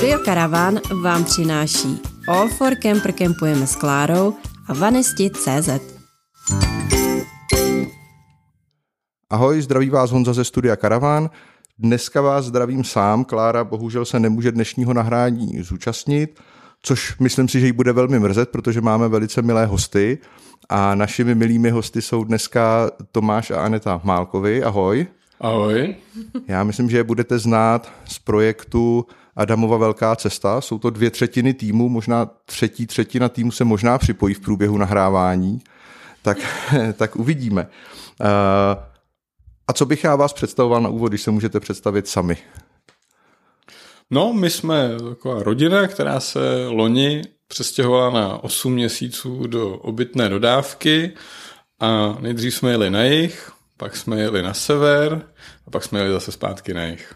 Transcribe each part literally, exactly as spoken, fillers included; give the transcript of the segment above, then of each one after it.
Studio Karavan vám přináší All for Camper Campujeme s Klárou a Vanisti tečka cé zet. Ahoj, zdraví vás Honza ze Studia Karavan. Dneska vás zdravím sám, Klára bohužel se nemůže dnešního nahrání zúčastnit, což myslím si, že jí bude velmi mrzet, protože máme velice milé hosty a našimi milými hosty jsou dneska Tomáš a Aneta Málkovi. Ahoj. Ahoj. Já myslím, že je budete znát z projektu Adamova velká cesta. Jsou to dvě třetiny týmu, možná třetí třetina týmu se možná připojí v průběhu nahrávání. Tak, tak uvidíme. A co bych já vás představoval na úvod, když se můžete představit sami? No, my jsme taková rodina, která se loni přestěhovala na osm měsíců do obytné dodávky a nejdřív jsme jeli na jih, pak jsme jeli na sever a pak jsme jeli zase zpátky na jih.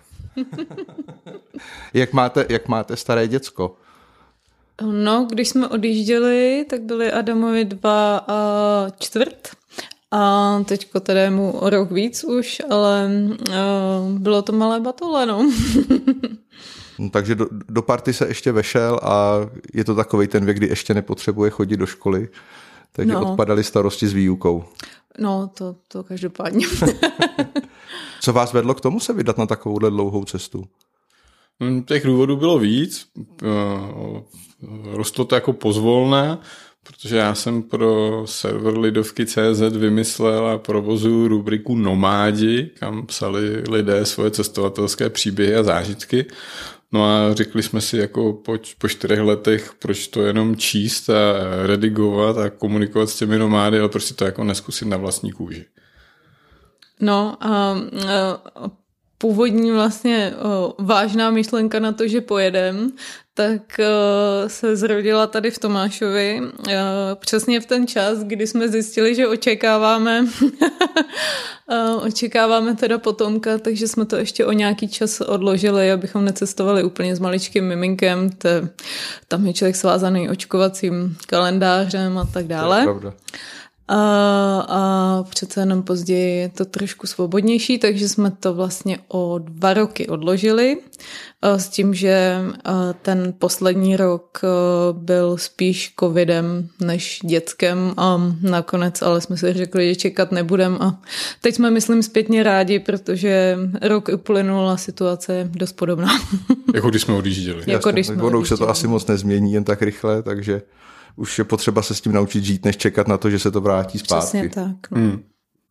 jak, máte, jak máte staré děcko? No, když jsme odjížděli, tak byli Adamovi dva a čtvrt. A teďko teda je mu o rok víc už, ale uh, bylo to malé batole, no. no takže do, do party se ještě vešel a je to takovej ten věk, kdy ještě nepotřebuje chodit do školy, takže no. Odpadaly starosti s výukou. No, to, to každopádně. Co vás vedlo k tomu se vydat na takovouhle dlouhou cestu? Těch důvodů bylo víc. Rostlo to jako pozvolna, protože já jsem pro server Lidovky tečka cé zet vymyslel a provozuju rubriku Nomádi, kam psali lidé svoje cestovatelské příběhy a zážitky. No a řekli jsme si jako po, po čtyřech letech, proč to jenom číst a redigovat a komunikovat s těmi nomády, ale prostě to jako neskusit na vlastní kůži. No a, a původní vlastně o, vážná myšlenka na to, že pojedem, tak uh, se zrodila tady v Tomášovi uh, přesně v ten čas, kdy jsme zjistili, že očekáváme uh, očekáváme teda potomka, takže jsme to ještě o nějaký čas odložili, abychom necestovali úplně s maličkým miminkem. Te, tam je člověk svázaný očkovacím kalendářem a tak dále. To je pravda. A, a přece jenom později je to trošku svobodnější, takže jsme to vlastně o dva roky odložili s tím, že ten poslední rok byl spíš covidem než dětskem a nakonec ale jsme si řekli, že čekat nebudem a teď jsme myslím zpětně rádi, protože rok uplynul a situace je dost podobná. Jako když jsme odjížděli. Jako když jsme odjížděli. Se to asi moc nezmění jen tak rychle, takže už je potřeba se s tím naučit žít, než čekat na to, že se to vrátí zpátky. Přesně tak. No. Hmm.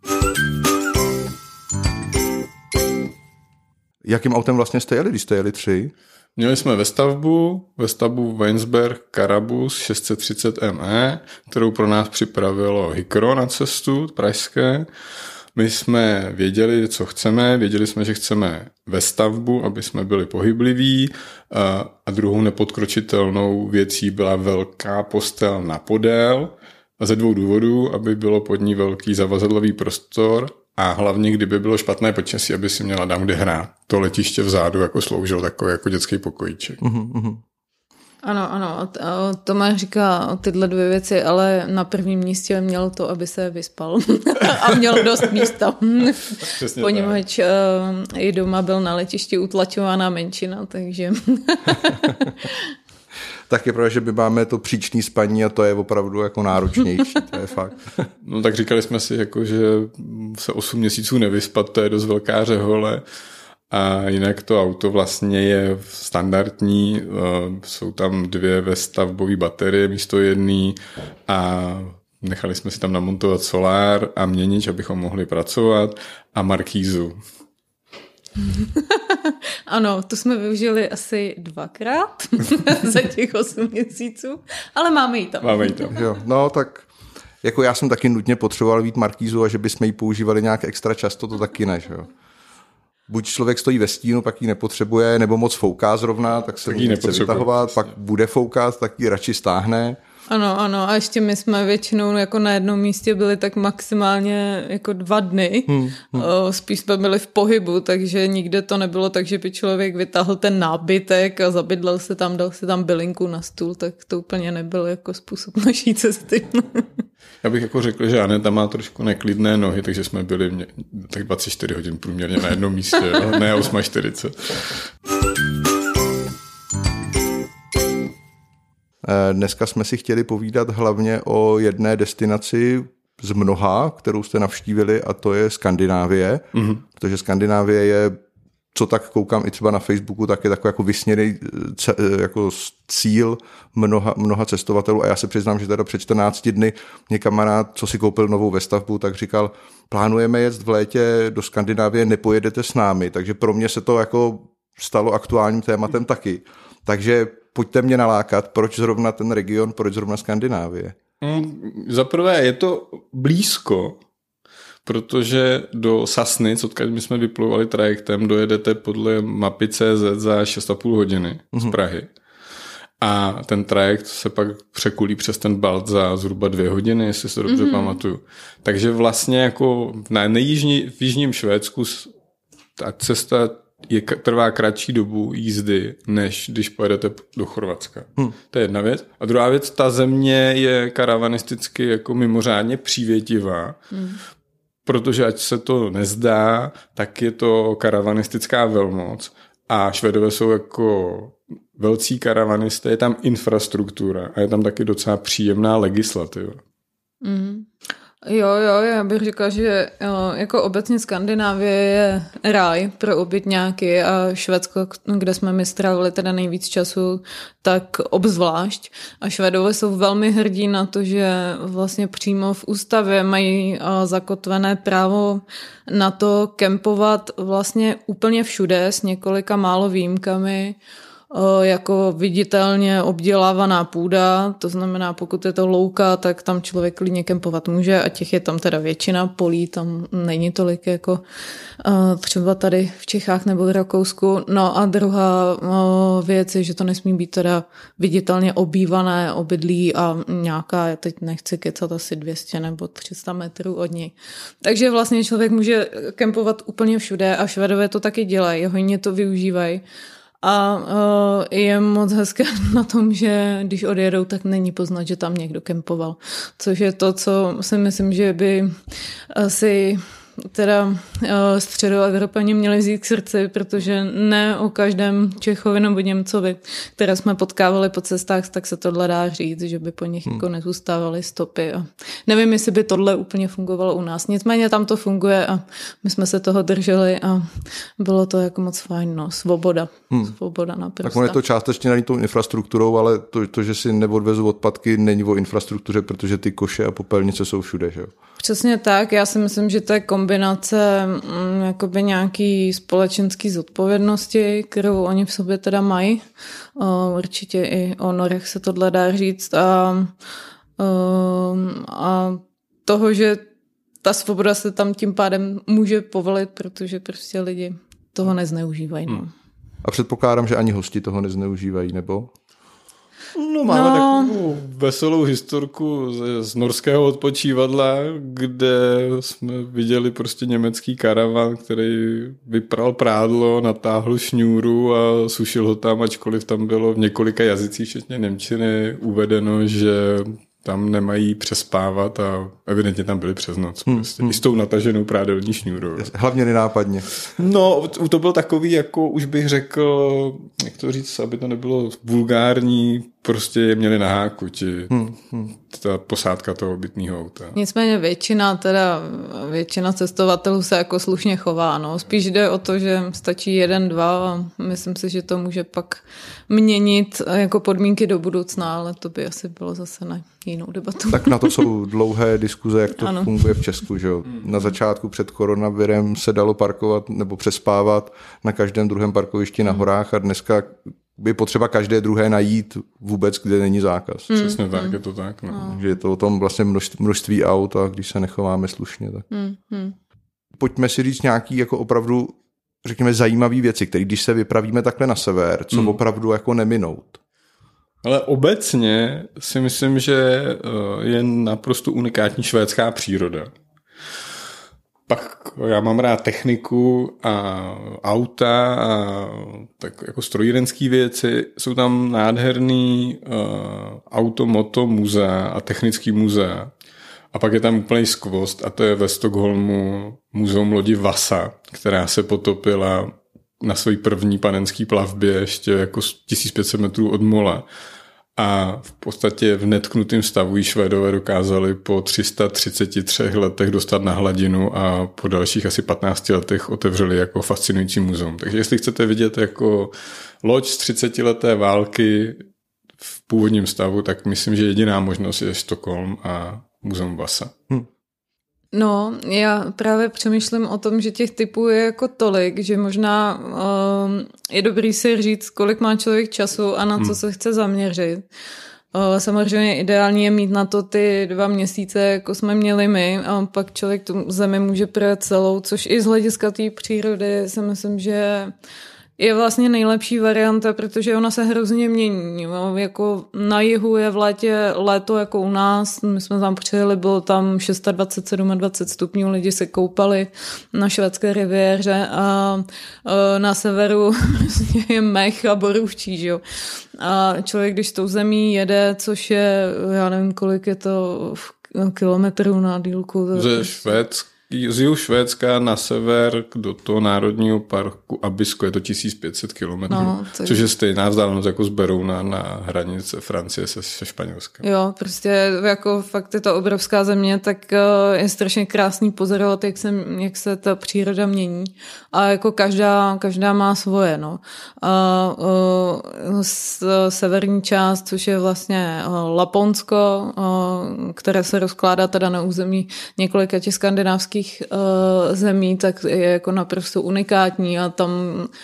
Jakým autem vlastně jste jeli, když jste jeli tři? Měli jsme ve stavbu, ve stavbu Weinsberg Carabus šest set třicet M E, kterou pro nás připravilo Hikro na cestu pražské. My jsme věděli, co chceme, věděli jsme, že chceme ve stavbu, aby jsme byli pohybliví a druhou nepodkročitelnou věcí byla velká postel na podél a ze dvou důvodů, aby bylo pod ní velký zavazadlový prostor a hlavně, kdyby bylo špatné počasí, aby si měla tam kde hrát. To letiště vzadu jako sloužilo takový jako dětský pokojíček. Mm-hmm. Ano, ano, Tomáš říká tyhle dvě věci, ale na prvním místě měl to, aby se vyspal a měl dost místa. Poněvadž uh, i doma byl na letišti utlačovaná menšina, takže... Tak je pravda, že my máme to příčný spaní a to je opravdu jako náročnější, to je fakt. No tak říkali jsme si, jako, že se osm měsíců nevyspat, to je dost velká řehole. A jinak to auto vlastně je standardní, jsou tam dvě vestavbové baterie místo jedné a nechali jsme si tam namontovat solár a měnič, abychom mohli pracovat a markízu. Ano, to jsme využili asi dvakrát za těch osm měsíců, ale máme ji tam. Máme ji tam. Jo, no tak jako já jsem taky nutně potřeboval mít markízu a že bychom ji používali nějak extra často, to taky ne, že jo. Buď člověk stojí ve stínu, pak ji nepotřebuje, nebo moc fouká zrovna, tak se ji nechce vytahovat, pak bude foukat, tak ji radši stáhne. Ano, ano, a ještě my jsme většinou jako na jednom místě byli tak maximálně jako dva dny. Hmm, hmm. Spíš jsme byli v pohybu, takže nikde to nebylo tak, že by člověk vytáhl ten nábytek a zabydlel se tam, dal se tam bylinku na stůl, tak to úplně nebyl jako způsob naší cesty. Já bych jako řekl, že Aneta má trošku neklidné nohy, takže jsme byli mě, tak dvacet čtyři hodin průměrně na jednom místě, ne čtyřicet osm. Dneska jsme si chtěli povídat hlavně o jedné destinaci z mnoha, kterou jste navštívili, a to je Skandinávie, mm-hmm. protože Skandinávie je, co tak koukám i třeba na Facebooku, tak je takový jako vysněný jako cíl mnoha, mnoha cestovatelů, a já se přiznám, že teda před čtrnácti dny mě kamarád, co si koupil novou vestavbu, tak říkal, plánujeme jet v létě do Skandinávie, nepojedete s námi, takže pro mě se to jako stalo aktuálním tématem taky. Takže pojďte mě nalákat, proč zrovna ten region, proč zrovna Skandinávie? Mm, za prvé je to blízko, protože do Sasnic, odkud my jsme vyplouvali trajektem, dojedete podle mapy C Z za šest a půl hodiny z Prahy. A ten trajekt se pak překulí přes ten Balt za zhruba dvě hodiny, jestli se dobře mm-hmm. pamatuju. Takže vlastně jako na nejjižní, v jižním Švédsku ta cesta je, trvá kratší dobu jízdy, než když pojedete do Chorvatska. Hmm. To je jedna věc. A druhá věc, ta země je karavanisticky jako mimořádně přívětivá, hmm. protože ať se to nezdá, tak je to karavanistická velmoc a Švédové jsou jako velcí karavanisté, je tam infrastruktura a je tam taky docela příjemná legislativa. Hmm. Jo, jo, já bych řekla, že jo, jako obecně Skandinávie je ráj pro obytňáky a Švédsko, kde jsme my strávili teda nejvíc času, tak obzvlášť. A Švédové jsou velmi hrdí na to, že vlastně přímo v ústavě mají zakotvené právo na to kempovat vlastně úplně všude s několika málo výjimkami, jako viditelně obdělávaná půda, to znamená, pokud je to louka, tak tam člověk klidně kempovat může a těch je tam teda většina, polí tam není tolik jako třeba tady v Čechách nebo v Rakousku. No a druhá věc je, že to nesmí být teda viditelně obývané obydlí a nějaká, já teď nechci kecat, asi dvě stě nebo tři sta metrů od něj. Takže vlastně člověk může kempovat úplně všude a Švédové to taky dělají, hojně to využívají. A uh, je moc hezké na tom, že když odjedou, tak není poznat, že tam někdo kempoval. Což je to, co si myslím, že by asi teda uh, středoevropani měli vzít k srdci, protože ne o každém Čechovi nebo Němcovi, které jsme potkávali po cestách, tak se tohle dá říct, že by po nich hmm. jako nezůstávaly stopy. A nevím, jestli by tohle úplně fungovalo u nás. Nicméně tam to funguje a my jsme se toho drželi a bylo to jako moc fajn. No. Svoboda. Hmm. Svoboda naprosto. Tak on je to částečně není tou infrastrukturou, ale to, to, že si neodvezu odpadky, není o infrastruktuře, protože ty koše a popelnice jsou všude, že jo? Přesně tak. Já si myslím, že to je kombinace m, jakoby nějaký společenský zodpovědnosti, kterou oni v sobě teda mají. O, určitě i o norech se tohle dá říct. A, o, a toho, že ta svoboda se tam tím pádem může povolit, protože prostě lidi toho nezneužívají. No. A předpokládám, že ani hosti toho nezneužívají, nebo? No máme no. takovou veselou historku z, z norského odpočívadla, kde jsme viděli prostě německý karavan, který vypral prádlo, natáhl šňůru a sušil ho tam, ačkoliv tam bylo v několika jazycích, včetně němčiny, uvedeno, že tam nemají přespávat a evidentně tam byli přes noc. Prostě. Hmm. I s tou nataženou prádelní šňůrou. Hlavně nenápadně. No, to byl takový, jako už bych řekl, jak to říct, aby to nebylo vulgární, prostě je měli na háku, ti, hmm. Hmm. ta posádka toho obytného auta. Nicméně většina, teda většina cestovatelů se jako slušně chová. No. Spíš jde o to, že stačí jeden, dva a myslím si, že to může pak měnit jako podmínky do budoucna, ale to by asi bylo zase na jinou debatu. Tak na to jsou dlouhé diskuze, jak to ano. funguje v Česku. Že? Na začátku před koronavirem se dalo parkovat nebo přespávat na každém druhém parkovišti na horách a dneska by potřeba každé druhé najít vůbec, kde není zákaz. Mm. Přesně tak, je to tak. No. No. Že je to o tom vlastně množství, množství aut a když se nechováme slušně. Tak. Mm. Mm. Pojďme si říct nějaký jako opravdu, řekněme, zajímavé věci, které když se vypravíme takhle na sever, co mm. opravdu jako neminout. Ale obecně si myslím, že je naprosto unikátní švédská příroda. Pak já mám rád techniku a auta a tak jako strojírenské věci. Jsou tam nádherný uh, auto, moto, muzea a technický muzea. A pak je tam úplný skvost a to je ve Stockholmu muzeum lodi Vasa, která se potopila na své první panenské plavbě ještě jako tisíc pět set metrů od mola. a v podstatě v netknutém stavu ji Švédové dokázali po tři sta třiceti třech letech dostat na hladinu a po dalších asi patnácti letech otevřeli jako fascinující muzeum. Takže jestli chcete vidět jako loď z třicetileté války v původním stavu, tak myslím, že jediná možnost je Stockholm a muzeum Vasa. Hm. No, já právě přemýšlím o tom, že těch typů je jako tolik, že možná um, je dobrý si říct, kolik má člověk času a na co hmm. se chce zaměřit. Uh, samozřejmě ideální je mít na to ty dva měsíce, jako jsme měli my, a pak člověk tu zemi může projet celou, což i z hlediska té přírody si myslím, že je vlastně nejlepší varianta, protože ona se hrozně mění. Jo. Jako na jihu je v létě léto jako u nás, my jsme tam přijeli, bylo tam dvacet šest, dvacet sedm stupňů, lidi se koupali na švédské riviéře a na severu je mech a borůvčí, že jo. A člověk, když tou zemí jede, což je, já nevím, kolik je to kilometrů na dílku. Ze Švédska. Z jihu Švédska na sever do toho národního parku Abisko je to tisíc pět set kilometrů, no, tak... což je stejná vzdálenost jako z Berouna na hranice Francie se, se Španělskem. Jo, prostě jako fakt je to obrovská země, tak je strašně krásný pozorovat, jak se, jak se ta příroda mění a jako každá, každá má svoje, no. A, uh, severní část, což je vlastně Laponsko, uh, které se rozkládá teda na území několika těch skandinávských zemí, tak je jako naprosto unikátní a tam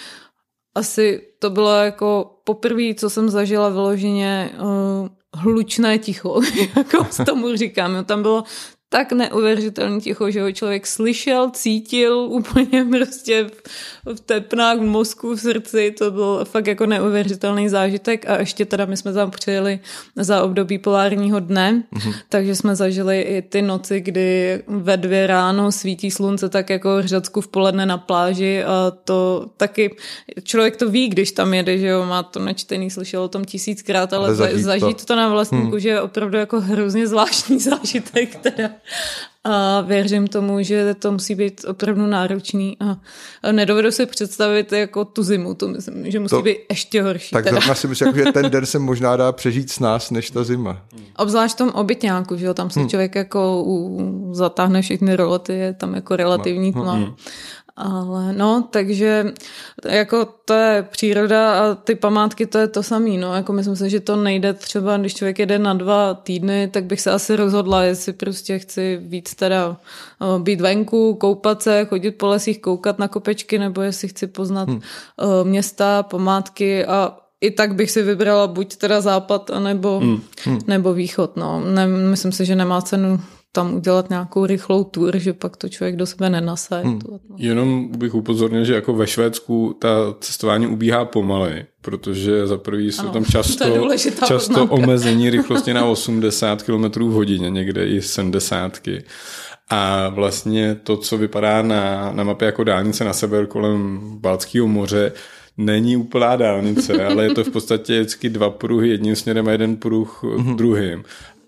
asi to bylo jako poprvé, co jsem zažila vyloženě uh, hlučné ticho, jako s tomu říkám. Jo. Tam bylo tak neuvěřitelný ticho, že ho člověk slyšel, cítil úplně prostě v, v tepnách, v mozku, v srdci. To byl fakt jako neuvěřitelný zážitek a ještě teda my jsme tam přijeli za období polárního dne, mm-hmm. takže jsme zažili i ty noci, kdy ve dvě ráno svítí slunce tak jako řacku v poledne na pláži a to taky člověk to ví, když tam jede, že jo, má to načtený, slyšel o tom tisíckrát, ale, ale zažít, zažít to. to na vlastní hmm. kůži je opravdu jako hrozně zvláštní zážitek teda. A věřím tomu, že to musí být opravdu náročný a nedovedu si představit jako tu zimu, to myslím, že musí to, být ještě horší. Tak zrovna si myslím, že ten den se možná dá přežít s nás, než ta zima. Obzvlášť v tom obytňáku, že jo, tam se hmm. člověk jako u, zatáhne všechny roloty, je tam jako relativní tma. Hmm. Ale no, takže jako to je příroda a ty památky to je to samý, no, jako myslím si, že to nejde třeba, když člověk jede na dva týdny, tak bych se asi rozhodla, jestli prostě chci víc teda být venku, koupat se, chodit po lesích, koukat na kopečky, nebo jestli chci poznat hmm. města, památky a i tak bych si vybrala buď teda západ, anebo, hmm. Hmm. nebo východ, no. Ne, myslím si, že nemá cenu tam udělat nějakou rychlou tour, že pak to člověk do sebe nenasaje. Hmm. Jenom bych upozornil, že jako ve Švédsku ta cestování ubíhá pomaly, protože za prvý jsou ano, tam často, často omezení rychlosti na osmdesát kilometrů v hodině, někde i sedmdesátky. A vlastně to, co vypadá na, na mapě jako dálnice na sever kolem Baltského moře, není úplná dálnice, ale je to v podstatě vždycky dva pruhy jedním směrem a jeden pruh mm-hmm. druhým.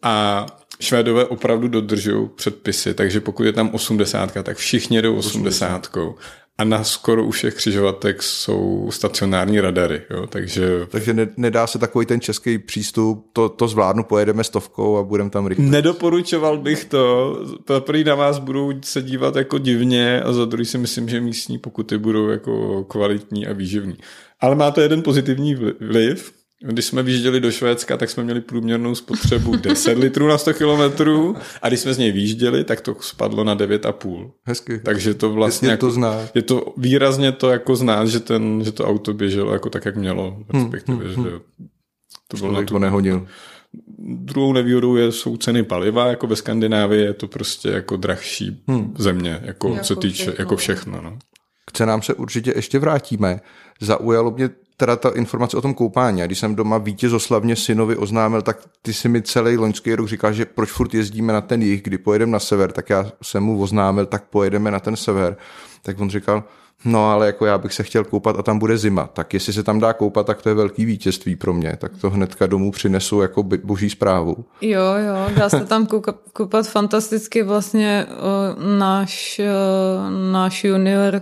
A Švédové opravdu dodržují předpisy, takže pokud je tam osmdesátka, tak všichni jdou osmdesátkou. A na skoro u všech křižovatek jsou stacionární radary. Jo? Takže, takže ne, nedá se takový ten český přístup, to, to zvládnu, pojedeme stovkou a budeme tam rychle. Nedoporučoval bych to. Prý na vás budou se dívat jako divně a za druhý si myslím, že místní pokuty budou jako kvalitní a výživní. Ale má to jeden pozitivní vliv. Když jsme vyjížděli do Švédska, tak jsme měli průměrnou spotřebu deset litrů na sto kilometrů a když jsme z něj vyjížděli, tak to spadlo na devět a půl. Hezky. Takže to vlastně jako, to zná. Je to výrazně to jako znát, že, ten, že to auto běželo jako tak, jak mělo. Respektive, hmm, hmm, že to bylo na to nehodil. Druhou nevýhodou je, jsou ceny paliva, jako ve Skandinávii je to prostě jako drahší hmm. země, jako, jako se týče, všechno. jako všechno. No. K cenám se určitě ještě vrátíme. Zaujalo mě teda ta informace o tom koupání. A když jsem doma vítězoslavně synovi oznámil, tak ty si mi celý loňský rok říkal, že proč furt jezdíme na ten jih, kdy pojedeme na sever, tak já jsem mu oznámil, tak pojedeme na ten sever. Tak on říkal, no ale jako já bych se chtěl koupat a tam bude zima. Tak jestli se tam dá koupat, tak to je velký vítězství pro mě. Tak to hnedka domů přinesu jako boží zprávu. Jo, jo, dá se tam koukat, koupat fantasticky. Vlastně uh, náš, uh, náš junior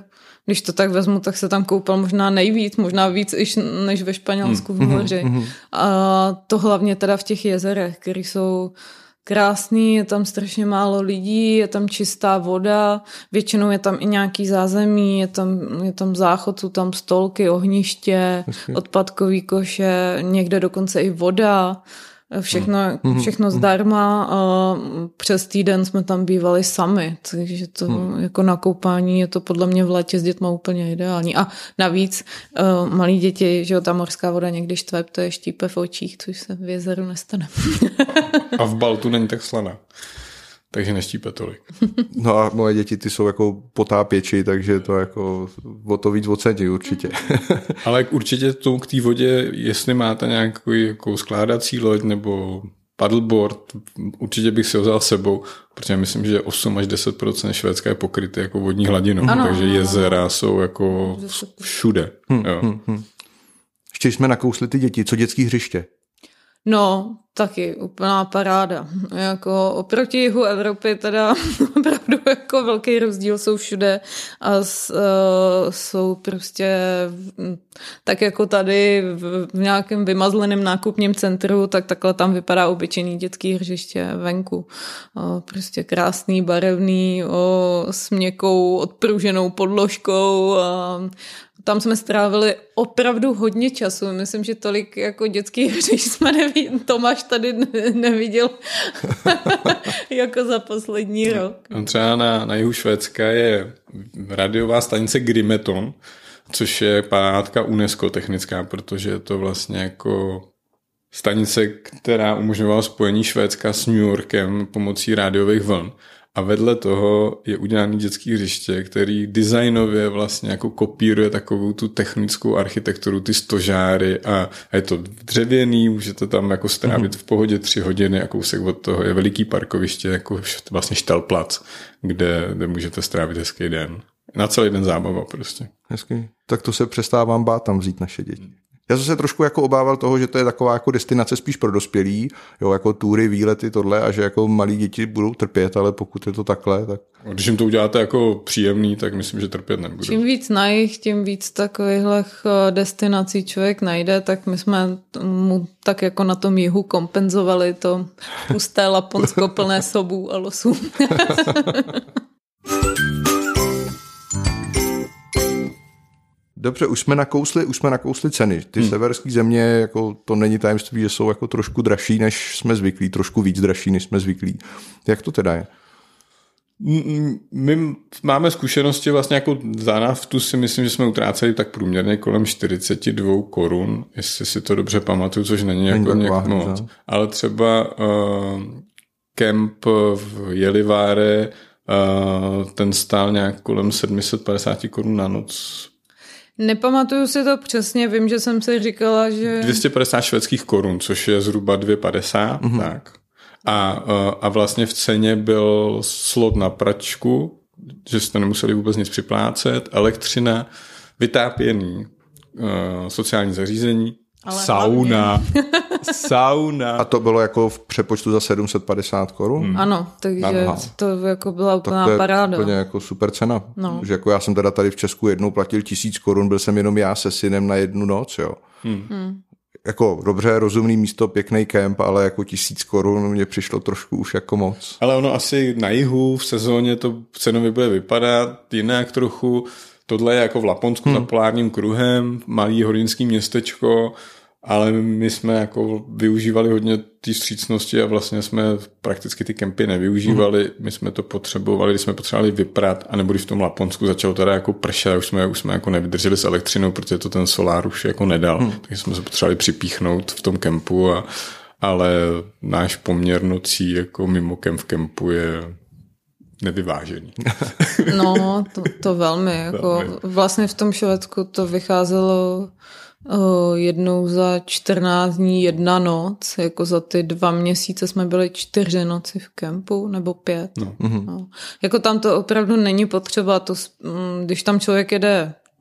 když to tak vezmu, tak se tam koupal možná nejvíc, možná víc iž než ve Španělsku v moři. Mm-hmm. A to hlavně teda v těch jezerech, které jsou krásný, je tam strašně málo lidí, je tam čistá voda, většinou je tam i nějaký zázemí, je tam, je tam záchod, jsou tam stolky, ohniště, odpadkový koše, někde dokonce i voda. Všechno, všechno zdarma a přes týden jsme tam bývali sami, takže to hmm. jako na koupání je to podle mě v létě s dětma úplně ideální. A navíc uh, malí děti, že jo, ta mořská voda někdy štve, to je štípe v očích, což se v jezeru nestane. A v Baltu není tak slaná, takže neštípe tolik. No a moje děti, ty jsou jako potápěči, takže to jako o to víc ocení určitě. Ale určitě to k té vodě, jestli máte nějakou jako skládací loď nebo paddleboard, určitě bych si ho vzal sebou, protože myslím, že osm až deset procent Švédska je pokryté jako vodní hladinou, ano, takže jezera jsou jako všude. Hmm, jo. Hmm, hmm. Ještě jsme nakousli ty děti, co dětský hřiště? No, taky úplná paráda. Jako oproti jihu Evropy teda opravdu jako velký rozdíl jsou všude a s, uh, jsou prostě tak jako tady v, v nějakém vymazleném nákupním centru, tak takhle tam vypadá obyčejný dětský hřiště venku. Uh, prostě krásný, barevný, uh, s měkkou odpruženou podložkou a uh, tam jsme strávili opravdu hodně času. Myslím, že tolik jako dětský hřišť jsme neviděli. Tomáš tady neviděl jako za poslední rok. Třeba na, na jihu Švédska je radiová stanice Grimeton, což je památka UNESCO technická, protože je to vlastně jako stanice, která umožňovala spojení Švédska s New Yorkem pomocí rádiových vln. A vedle toho je udělaný dětský hřiště, který designově vlastně jako kopíruje takovou tu technickou architekturu, ty stožáry a, a je to dřevěný, můžete tam jako strávit v pohodě tři hodiny a kousek od toho je veliký parkoviště, jako vlastně Štelplac, kde, kde můžete strávit hezký den. Na celý den zábava prostě. Hezký. Tak to se přestávám bát tam vzít naše děti. Já jsem se trošku jako obával toho, že to je taková jako destinace spíš pro dospělí, jo, jako túry, výlety, tohle a že jako malí děti budou trpět, ale pokud je to takhle, tak... Když jim to uděláte jako příjemný, tak myslím, že trpět nebude. Čím víc na jich, tím víc takovýchhle destinací člověk najde, tak my jsme mu tak jako na tom jihu kompenzovali to pusté Laponsko plné sobů a losů. Dobře, už jsme nakousli, už jsme nakousli ceny. Ty hmm. severské země, jako to není tajemství, že jsou jako trošku dražší, než jsme zvyklí, trošku víc dražší, než jsme zvyklí. Jak to teda je? My máme zkušenosti vlastně jako za naftu si myslím, že jsme utráceli tak průměrně kolem čtyřicet dva korun, jestli si to dobře pamatuju, což není jako nějak moc. Ne? Ale třeba uh, kemp v Jeliváre, uh, ten stál nějak kolem sedm set padesát korun na noc. Nepamatuju si to přesně, vím, že jsem si říkala, že... dvě stě padesát švédských korun, což je zhruba dvě padesát, mm-hmm. tak. A, a vlastně v ceně byl slot na pračku, že jste nemuseli vůbec nic připlácet, elektřina, vytápěný uh, sociální zařízení, ale sauna, sauna. A to bylo jako v přepočtu za sedm set padesát korun? Hmm. Ano, takže Aha. to jako byla úplná tak to paráda. To je jako super cena. No. Že jako já jsem teda tady v Česku jednou platil tisíc korun, byl jsem jenom já se synem na jednu noc, jo. Hmm. Hmm. Jako dobře, rozumný místo, pěkný kemp, ale jako tisíc korun mně přišlo trošku už jako moc. Ale ono asi na jihu v sezóně to cenově bude vypadat jinak trochu. Tohle je jako v Laponsku hmm. za polárním kruhem, malý horínský městečko, ale my jsme jako využívali hodně té vstřícnosti a vlastně jsme prakticky ty kempy nevyužívali. My jsme to potřebovali, když jsme potřebovali vyprat, anebo když v tom Laponsku začalo teda jako pršet, už jsme, už jsme jako nevydrželi s elektřinou, protože to ten solár už jako nedal. Hmm. Takže jsme se potřebovali připíchnout v tom kempu, a, ale náš poměr nocí jako mimo kemp v kempu je nevyvážený. No, to, to velmi. Jako vlastně v tom Švédsku to vycházelo o, jednou za čtrnáct dní jedna noc. Jako za ty dva měsíce jsme byli čtyři noci v kempu, nebo pět. No. No. Jako tam to opravdu není potřeba. To, když tam člověk jede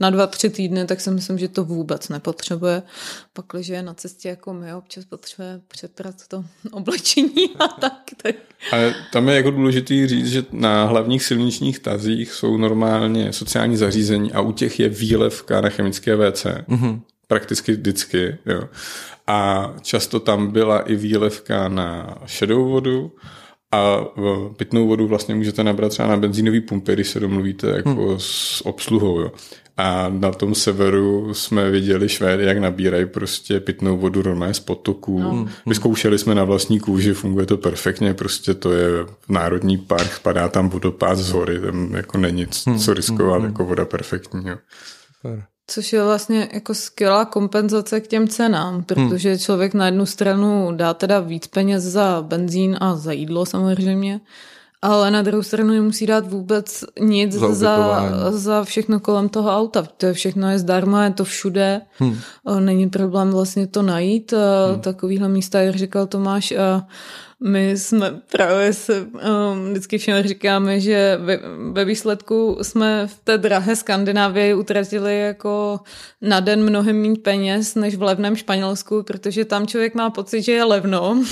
na dva, tři týdny, tak si myslím, že to vůbec nepotřebuje. Pakliže je na cestě jako my, občas potřebuje přeprat to oblečení a tak. tak. Ale tam je jako důležitý říct, že na hlavních silničních tazích jsou normálně sociální zařízení a u těch je výlevka na chemické vé cé. Mm-hmm. Prakticky vždycky. Jo. A často tam byla i výlevka na šedou vodu a pitnou vodu vlastně můžete nabrat třeba na benzínový pumpy, když se domluvíte jako hmm. s obsluhou. Jo. A na tom severu jsme viděli Švédy, jak nabírají prostě pitnou vodu normálně z potoků. No. Vyzkoušeli jsme na vlastní kůži, funguje to perfektně, prostě to je národní park, padá tam vodopád z hory, tam jako není co riskovat, hmm. jako voda perfektní. Jo. Což je vlastně jako skvělá kompenzace k těm cenám, protože hmm. člověk na jednu stranu dá teda víc peněz za benzín a za jídlo samozřejmě, ale na druhou stranu nemusí dát vůbec nic za, za, za všechno kolem toho auta. To je všechno je zdarma, je to všude. Hmm. Není problém vlastně to najít. Hmm. Takovýhle místa, jak říkal Tomáš, a my jsme právě se um, vždycky všem říkáme, že ve, ve výsledku jsme v té drahé Skandinávii utratili jako na den mnohem méně peněz než v levném Španělsku, protože tam člověk má pocit, že je levno.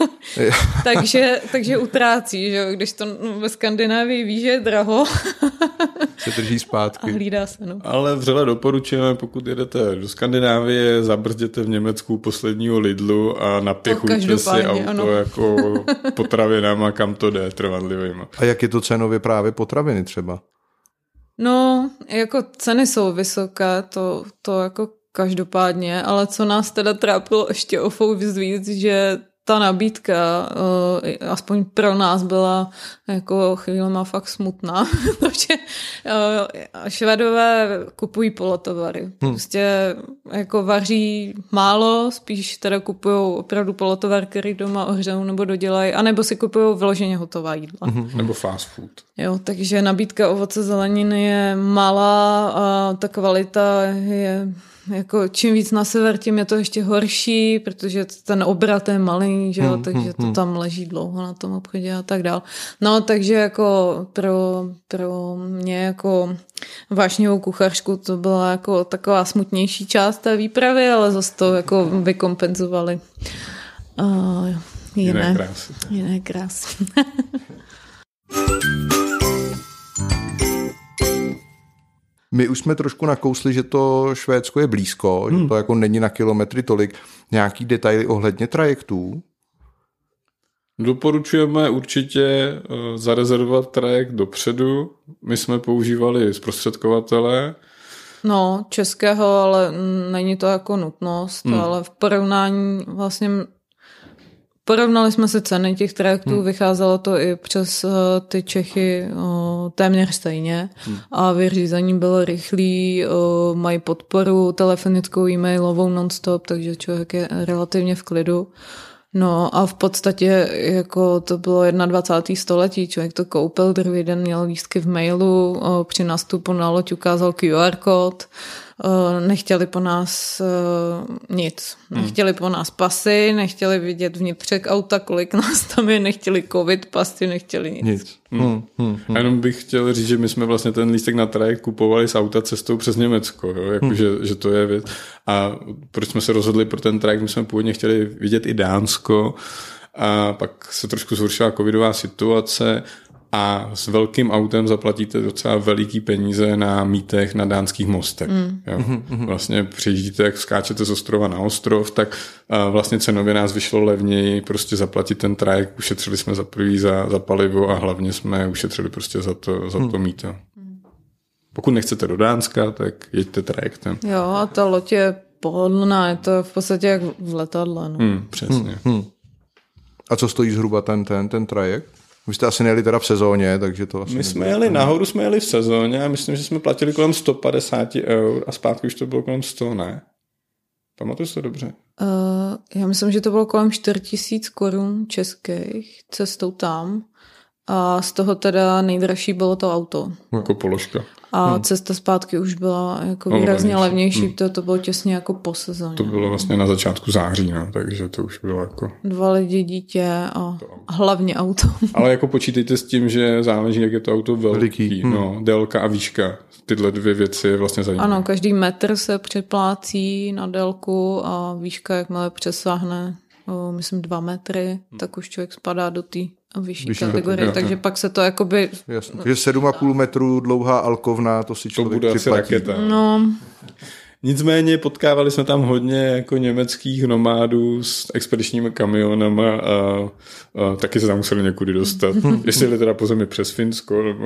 takže, takže utrácí, že když to ve Skandinávii ví, že je draho. se drží zpátky. A hlídá se, no. Ale vřele doporučujeme, pokud jedete do Skandinávie, zabrzděte v Německu posledního Lidlu a napěchujte si auto ano. jako potravinama, kam to jde, trvanlivýma. A jak je to cenově právě potraviny třeba? No, jako ceny jsou vysoké, to, to jako každopádně, ale co nás teda trápilo ještě o fou víc, že ta nabídka, aspoň pro nás, byla jako chvílema fakt smutná, protože Švédové kupují polotovary. Prostě jako vaří málo, spíš teda kupují opravdu polotovar, který doma ohřejou nebo dodělají, anebo si kupují vyloženě hotová jídla. Nebo fast food. Jo, takže nabídka ovoce zeleniny je malá a ta kvalita je jako čím víc na sever, tím je to ještě horší, protože ten obrat je malý, že jo, hmm, takže to tam leží dlouho na tom obchodě a tak dál. No, takže jako pro, pro mě jako vášnivou kuchařku to byla jako taková smutnější část té výpravy, ale zase to jako vykompenzovali uh, jiné, jiné krásy. Jiné krásy. My už jsme trošku nakousli, že to Švédsko je blízko, hmm. že to jako není na kilometry tolik. Nějaký detaily ohledně trajektů? Doporučujeme určitě zarezervovat trajekt dopředu. My jsme používali zprostředkovatele. No, českého, ale není to jako nutnost, hmm. ale v porovnání vlastně porovnali jsme si ceny těch trajektů, hmm. vycházelo to i přes uh, ty Čechy uh, téměř stejně hmm. a vyřízení bylo rychlý, uh, mají podporu telefonickou, e-mailovou non-stop, takže člověk je relativně v klidu. No a v podstatě jako to bylo dvacátého prvního století, člověk to koupil, druhý den měl lístky v mailu, uh, při nástupu na loď ukázal Q R kód, nechtěli po nás uh, nic. Nechtěli po nás pasy, nechtěli vidět vnitřek auta, kolik nás tam je, nechtěli covid pasy, nechtěli nic. nic. Hmm. Hmm. Hmm. A jenom bych chtěl říct, že my jsme vlastně ten lístek na trajekt kupovali z auta cestou přes Německo, jo? Jako, hmm. že, že to je věc. A proč jsme se rozhodli pro ten trajekt? My jsme původně chtěli vidět i Dánsko a pak se trošku zhoršila covidová situace a s velkým autem zaplatíte docela veliký peníze na mítech na dánských mostech. Mm. Jo. Vlastně přijíždíte, jak skáčete z ostrova na ostrov, tak vlastně cenově nás vyšlo levněji prostě zaplatit ten trajekt, ušetřili jsme za prvý za, za palivo a hlavně jsme ušetřili prostě za to, za to mýto. Pokud nechcete do Dánska, tak jeďte trajektem. Jo, a ta loď je pohodlná, je to v podstatě jak v letadle. No. Hmm, přesně. Hmm, hmm. A co stojí zhruba ten, ten, ten trajekt? Vy jste asi nejeli teda v sezóně, takže to asi... My jsme jeli nahoru, jsme jeli v sezóně a myslím, že jsme platili kolem sto padesát eur a zpátky už to bylo kolem sto, ne? Pamatuju si to dobře? Uh, já myslím, že to bylo kolem čtyři tisíce korun českých cestou tam A z toho teda nejdražší bylo to auto. Jako položka. A hmm. cesta zpátky už byla jako výrazně no, levnější, hmm. to, to bylo těsně jako po sezóně. To bylo vlastně na začátku září, no, takže to už bylo jako... Dva lidi, dítě a hlavně auto. Ale jako počítejte s tím, že záleží, jak je to auto velký, hmm. no, délka a výška. Tyhle dvě věci je vlastně zajímavé. Ano, každý metr se předplácí na délku a výška, jakmile přesáhne, o, myslím, dva metry, hmm. tak už člověk spadá do té vyšší, vyšší kategorie, jo, takže jo. Pak se to jakoby... Jasně, že sedm a půl metru dlouhá alkovna, to si člověk to bude připlatí. Asi raketa. No. Nicméně potkávali jsme tam hodně jako německých nomádů s expedičními kamionama a, a taky se tam museli někudy dostat. Jestli teda po zemi přes Finsko, nebo...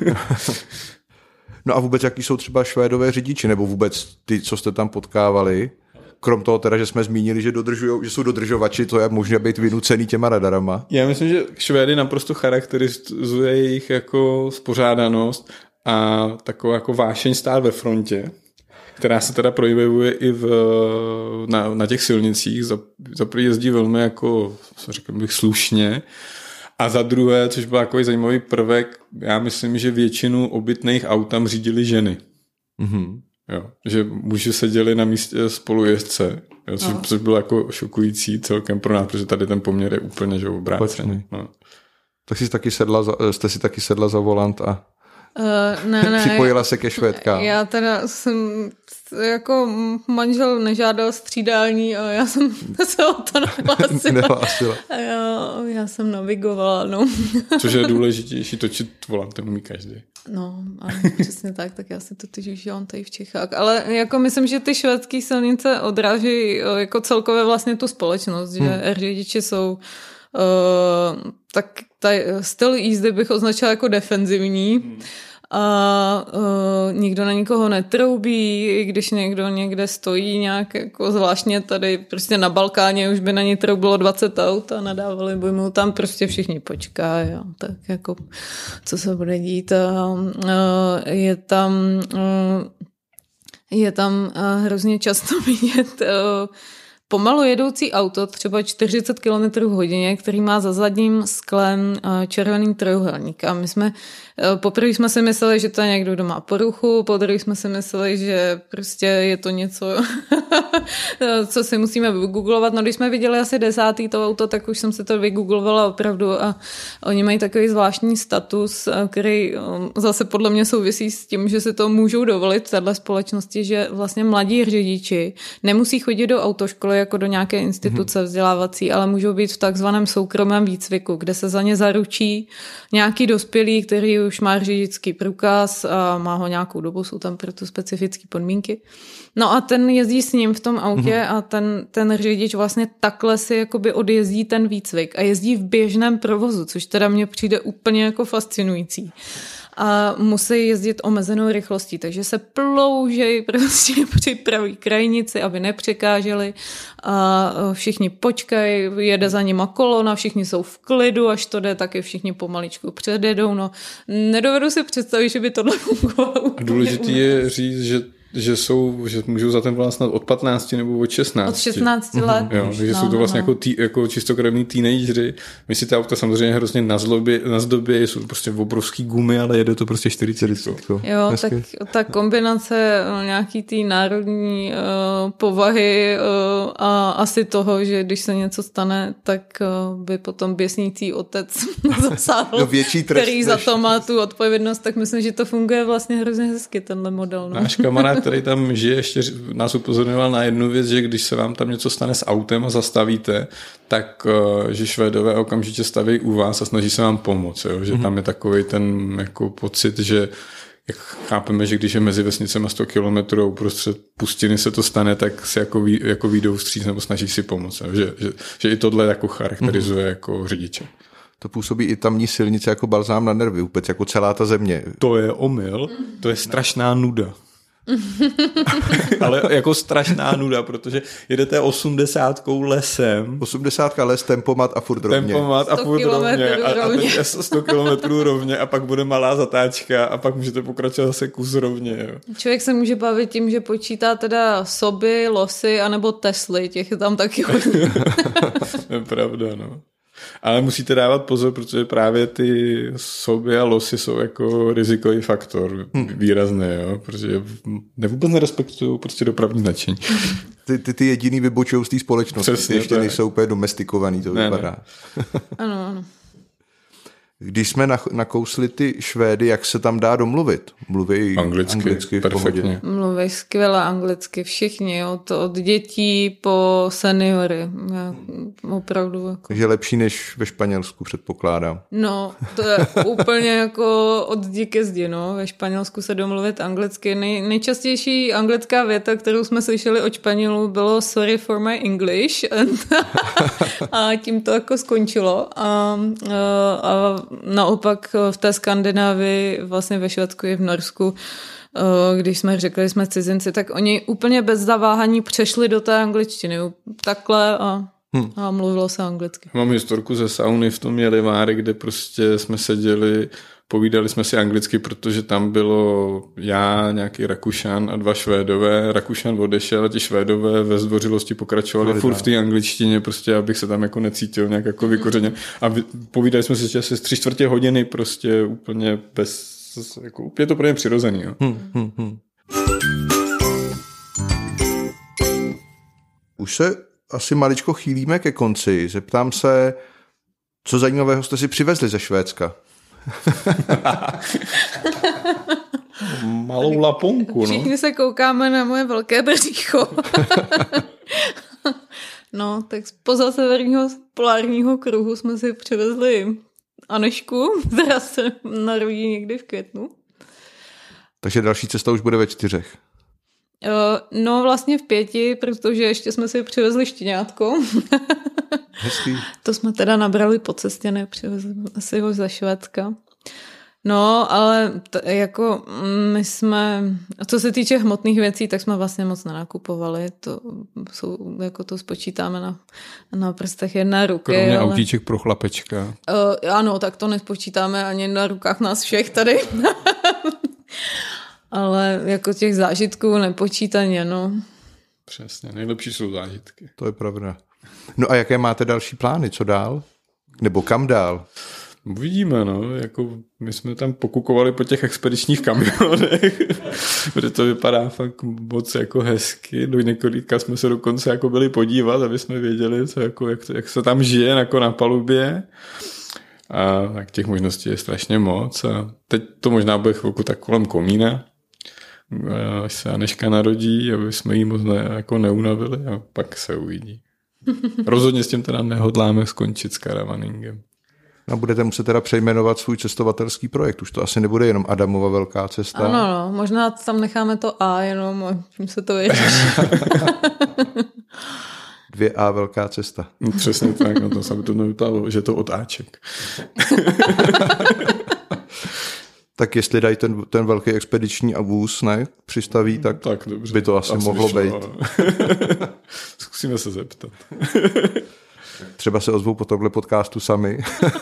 No a vůbec jaký jsou třeba Švédové řidiči, nebo vůbec ty, co jste tam potkávali? Krom toho teda, že jsme zmínili, že, dodržujou, že jsou dodržovači, to je možné být vynucený těma radarama. Já myslím, že Švédy naprosto charakterizuje jejich jako spořádanost a taková jako vášeň stát ve frontě, která se teda projevuje i v, na, na těch silnicích. Za, za první jezdí velmi jako, řekl bych, slušně. A za druhé, což byl takový zajímavý prvek, já myslím, že většinu obytných aut tam řídili ženy. Mm-hmm. Jo, že muži seděli na místě spolujezdce, jo, což, což bylo jako šokující celkem pro nás, protože tady ten poměr je úplně že obrácený. No. Tak jsi taky sedla za, jste si taky sedla za volant a uh, ne, ne, připojila se ke Švédkám. Já teda jsem jako manžel nežádal střídání a já jsem se o to nehlásila. Nehlásila. Já, já jsem navigovala, no. Což je důležitější, točit volantem umí každý. No, ano, přesně tak, tak já si to teď užívám tady v Čechách. Ale jako myslím, že ty švédské silnice odráží jako celkově vlastně tu společnost, že hmm. řidiči jsou uh, tak taj, styl jízdy bych označila jako defenzivní. Hmm. A uh, nikdo na nikoho netroubí, i když někdo někde stojí nějak jako zvláštně tady prostě na Balkáně už by na ně troubilo dvacet aut a nadávali by mu tam prostě všichni počkají, jo, tak jako co se bude dít. A, uh, je tam uh, je tam uh, hrozně často vidět uh, pomalu jedoucí auto, třeba čtyřicet kilometrů v hodině, který má za zadním sklem červený trojuhelník. A my jsme, poprvé jsme si mysleli, že to je někdo, kdo má poruchu, podruhé jsme si mysleli, že prostě je to něco, co si musíme vygooglovat. No když jsme viděli asi desátý to auto, tak už jsem si to vygooglovala opravdu a oni mají takový zvláštní status, který zase podle mě souvisí s tím, že si to můžou dovolit v této společnosti, že vlastně mladí řidiči nemusí chodit do autoškoly jako do nějaké instituce vzdělávací, ale můžou být v takzvaném soukromém výcviku, kde se za ně zaručí nějaký dospělý, který už má řidičský průkaz a má ho nějakou dobu, jsou tam proto specifické podmínky. No a ten jezdí s ním v tom autě a ten, ten řidič vlastně takhle si jakoby odjezdí ten výcvik a jezdí v běžném provozu, což teda mně přijde úplně jako fascinující. A musí jezdit omezenou rychlostí, takže se ploužejí prostě při pravý krajnici, aby nepřekáželi a všichni počkají, jede za nima kolona, všichni jsou v klidu, až to jde, taky všichni pomaličku předjedou, no nedovedu si představit, že by tohle fungovalo. A důležitý je říct, že že jsou, že můžou za ten volant snad od patnácti nebo od šestnácti. Od šestnácti let. Jo, takže no, jsou to vlastně no. jako, tý, jako čistokrevní teenageři. My si ta auta samozřejmě hrozně na zlobě, na zdobě, jsou prostě obrovský gumy, ale jede to prostě čtyřicet. Jo, Hezky. Tak ta kombinace nějaký té národní uh, povahy uh, a asi toho, že když se něco stane, tak uh, by potom běsnící otec zasáhl, no větší trest, který za to má tu odpovědnost, tak myslím, že to funguje vlastně hrozně hezky, tenhle model. No. Náš kamarád, který tam žije, ještě nás upozorňoval na jednu věc, že když se vám tam něco stane s autem a zastavíte, tak že Švédové okamžitě staví u vás a snaží se vám pomoct. Jo? Že tam je takový ten jako pocit, že jak chápeme, že když je mezi vesnicemi sto kilometrů a uprostřed pustiny se to stane, tak se jako, ví, jako výjdou vstříc nebo snaží si pomoct. Jo? Že, že, že i tohle jako charakterizuje mm-hmm. jako řidiče. To působí i tamní silnice jako balzám na nervy, vůbec jako celá ta země. To je omyl, to je strašná nuda. Ale jako strašná nuda, protože jedete osmdesátkou lesem. osmdesátka les, tempomat a furt rovně. Tempomat a furt rovně. A, a teď sto kilometrů rovně a pak bude malá zatáčka a pak můžete pokračovat zase kus rovně. Jo. Člověk se může bavit tím, že počítá teda soby, losy anebo Tesly, těch je tam taky hodně. Je pravda, no. Ale musíte dávat pozor, protože právě ty soby a losy jsou jako rizikový faktor hmm. výrazný, jo? Protože ne vůbec nerespektují prostě dopravní značení. Ty, ty, ty jediný vybočují z té společnosti, Přesně, ty ještě tak. nejsou úplně domestikovaný, to ne, vypadá. Ne. Ano, ano. Když jsme nakousli ty Švédy, jak se tam dá domluvit? Mluví anglicky, anglicky v perfektně. pohodě. Mluví skvěle anglicky všichni, od, od dětí po seniory. Já, opravdu. Jako. Takže lepší než ve Španělsku, předpokládám. No, to je úplně jako od zdi ke zdi, no. Ve Španělsku se domluvit anglicky. Nej, nejčastější anglická věta, kterou jsme slyšeli od Španělů, bylo sorry for my English. A tím to jako skončilo. A, a, a naopak v té Skandinávii, vlastně ve Švédsku i v Norsku, když jsme řekli, že jsme cizinci, tak oni úplně bez zaváhání přešli do té angličtiny. Takhle a, hmm. a mluvilo se anglicky. Mám historku ze sauny v tom Jeliváry, kde prostě jsme seděli, povídali jsme si anglicky, protože tam bylo já, nějaký Rakušan a dva Švédové. Rakušan odešel a ti Švédové ve zdvořilosti pokračovali furt v té angličtině, prostě abych se tam jako necítil nějak jako vykořeněn. A povídali jsme si ještě asi tři čtvrtě hodiny prostě úplně bez, jako úplně to pro ně přirozený. Jo. Hmm, hmm, hmm. Už se asi maličko chýlíme ke konci. Zeptám se, co zajímavého jste si přivezli ze Švédska? Malou laponku, no. Všichni se koukáme na moje velké břicho. No, tak spoza severního polárního kruhu jsme si přivezli Anešku, která se narodí někdy v květnu. Takže další cesta už bude ve čtyřech. Uh, no vlastně v pěti, protože ještě jsme si přivezli štěňátko. Hezký. To jsme teda nabrali po cestě, nepřivezli si ho ze Švédska. No, ale t- jako my jsme, co se týče hmotných věcí, tak jsme vlastně moc nenakupovali. To jsou, jako to spočítáme na, na prstech jedné ruky. Kromě ale... autíček pro chlapečka. Uh, ano, tak to nespočítáme ani na rukách nás všech tady. Ale jako těch zážitků nepočítaně, no. Přesně, nejlepší jsou zážitky. To je pravda. No a jaké máte další plány, co dál? Nebo kam dál? Uvidíme, no, jako my jsme tam pokukovali po těch expedičních kamionech, protože to vypadá fakt moc jako hezky, do několika jsme se dokonce jako byli podívat, aby jsme věděli, co, jako, jak, jak se tam žije jako na palubě. A tak těch možností je strašně moc a teď to možná bude chvilku tak kolem komína, až se Anežka narodí, aby jsme jí moc ne, jako neunavili a pak se uvidí. Rozhodně s tím teda nehodláme skončit s karavaningem. A budete muset teda přejmenovat svůj cestovatelský projekt. Už to asi nebude jenom Adamova velká cesta. Ano, no, možná tam necháme to A jenom a tím se to vyřeší. Dvě A velká cesta. No, přesně tak, no to jsem to nevypadalo, že to od Aček. Tak jestli dají ten, ten velký expediční vůz, ne, přistaví, tak, tak dobře, by to asi mohlo být. Zkusíme se zeptat. Třeba se ozvou po tomhle podcastu sami.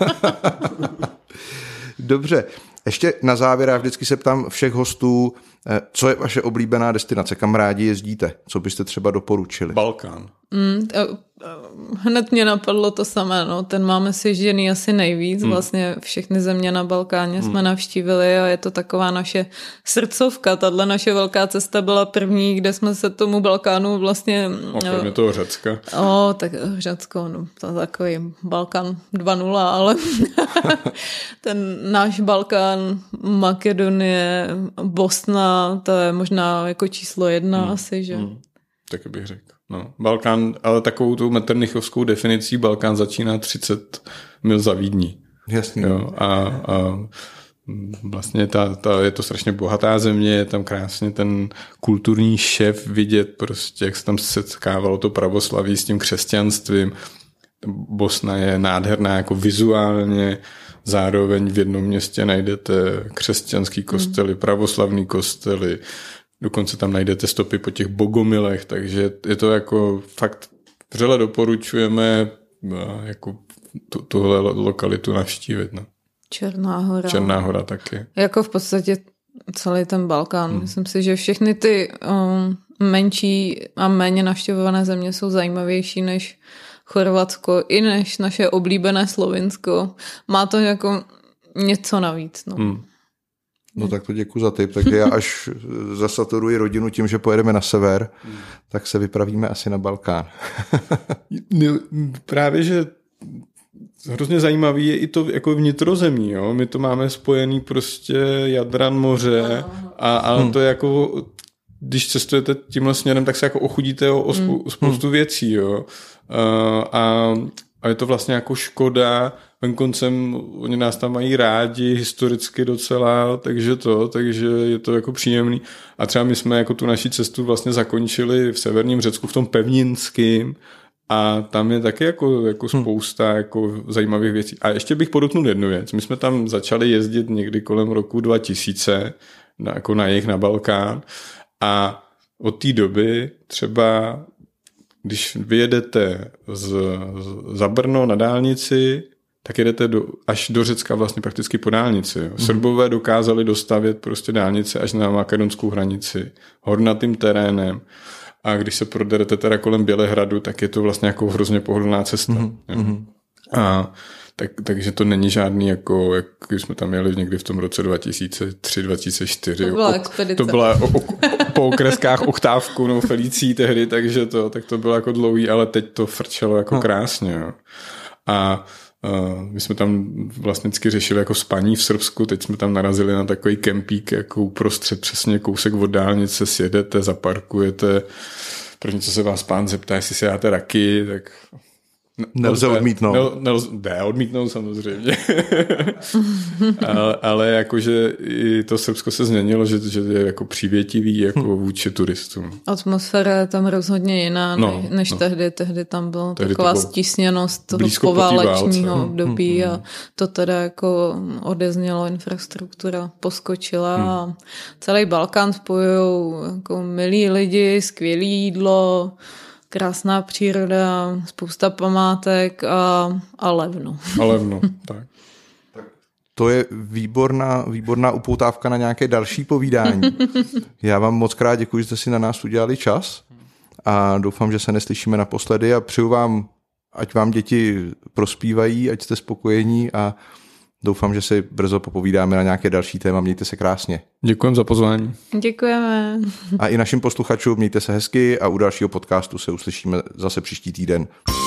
Dobře, ještě na závěr, já vždycky se ptám všech hostů, co je vaše oblíbená destinace, kam rádi jezdíte, co byste třeba doporučili? Balkán. Mm, hned mě napadlo to samé, no. Ten máme sježděný asi nejvíc, mm. vlastně všechny země na Balkáně mm. jsme navštívili a je to taková naše srdcovka, tahle naše velká cesta byla první, kde jsme se tomu Balkánu vlastně... A kromě toho Řecka. O, tak Řecko, no, to je takový Balkán dva nula, ale ten náš Balkán, Makedonie, Bosna, to je možná jako číslo jedna mm. asi, že? Mm. Tak bych řekl. No, Balkán, ale takovou tu meternichovskou definicí Balkán začíná třicet mil za Vídní. Jasně. Jo, a, a vlastně ta, ta, je to strašně bohatá země, je tam krásně ten kulturní šef vidět, prostě jak se tam setkávalo to pravoslaví s tím křesťanstvím. Bosna je nádherná jako vizuálně, zároveň v jednom městě najdete křesťanský kostely, pravoslavný kostely, dokonce tam najdete stopy po těch bogomilech, takže je to jako fakt vřele doporučujeme jako tu, tuhle lokalitu navštívit. No. Černá hora. Černá hora taky. Jako v podstatě celý ten Balkán. Hmm. Myslím si, že všechny ty um, menší a méně navštěvované země jsou zajímavější než Chorvatsko i než naše oblíbené Slovinsko. Má to jako něco navíc. No. Hmm. No tak to děkuji za tip. Takže já až zasaturuji rodinu tím, že pojedeme na sever, hmm. tak se vypravíme asi na Balkán. Právě, že hrozně zajímavý je i to jako vnitrozemí. Jo? My to máme spojený prostě Jadran, moře a, a hmm. to je jako, když cestujete tímhle směrem, tak se jako ochudíte o, o spou- spoustu hmm. věcí. Jo? A, a je to vlastně jako škoda, venkoncem oni nás tam mají rádi, historicky docela, takže to, takže je to jako příjemný. A třeba my jsme jako tu naši cestu vlastně zakončili v severním Řecku, v tom pevninském, a tam je taky jako, jako spousta jako zajímavých věcí. A ještě bych podotknul jednu věc. My jsme tam začali jezdit někdy kolem roku dva tisíce, na, jako na jih, na Balkán, a od té doby třeba, když vyjedete z, za Brno na dálnici, tak jedete do, až do Řecka vlastně prakticky po dálnici. Jo. Srbové dokázali dostavět prostě dálnice až na makedonskou hranici, hornatým terénem. A když se proderete teda kolem Bělehradu, tak je to vlastně jako hrozně pohodlná cesta. Mm-hmm. A tak, takže to není žádný, jako, jak když jsme tam jeli někdy v tom roce dva tisíce tři dva tisíce čtyři. To byla expedice. To byla o, o, po okreskách oktávku, no Felicí tehdy, takže to, tak to bylo jako dlouhý, ale teď to frčelo jako no. krásně. Jo. A Uh, my jsme tam vlastně vždycky řešili jako spaní v Srbsku, teď jsme tam narazili na takový kempík, jako uprostřed přesně kousek od dálnice, sjedete, zaparkujete, první, co se vás pán zeptá, jestli si dáte raky, tak... Nelze odmítnout. Nel, nelze, ne, odmítnout samozřejmě. ale, ale jakože i to Srbsko se změnilo, že, že je jako přívětivý jako vůči turistům. Atmosféra je tam rozhodně jiná, no, než no. tehdy. Tehdy tam byla tehdy taková to stísněnost toho poválečního období hmm. a to teda jako odeznělo, infrastruktura poskočila hmm. a celý Balkán spojujou jako milí lidi, skvělé jídlo, krásná příroda, spousta památek a, a levno. A levno, tak. To je výborná, výborná upoutávka na nějaké další povídání. Já vám moc krát děkuji, že jste si na nás udělali čas a doufám, že se neslyšíme naposledy a přeju vám, ať vám děti prospívají, ať jste spokojení a doufám, že si brzo popovídáme na nějaké další téma. Mějte se krásně. Děkujeme za pozvání. Děkujeme. A i našim posluchačům mějte se hezky a u dalšího podcastu se uslyšíme zase příští týden.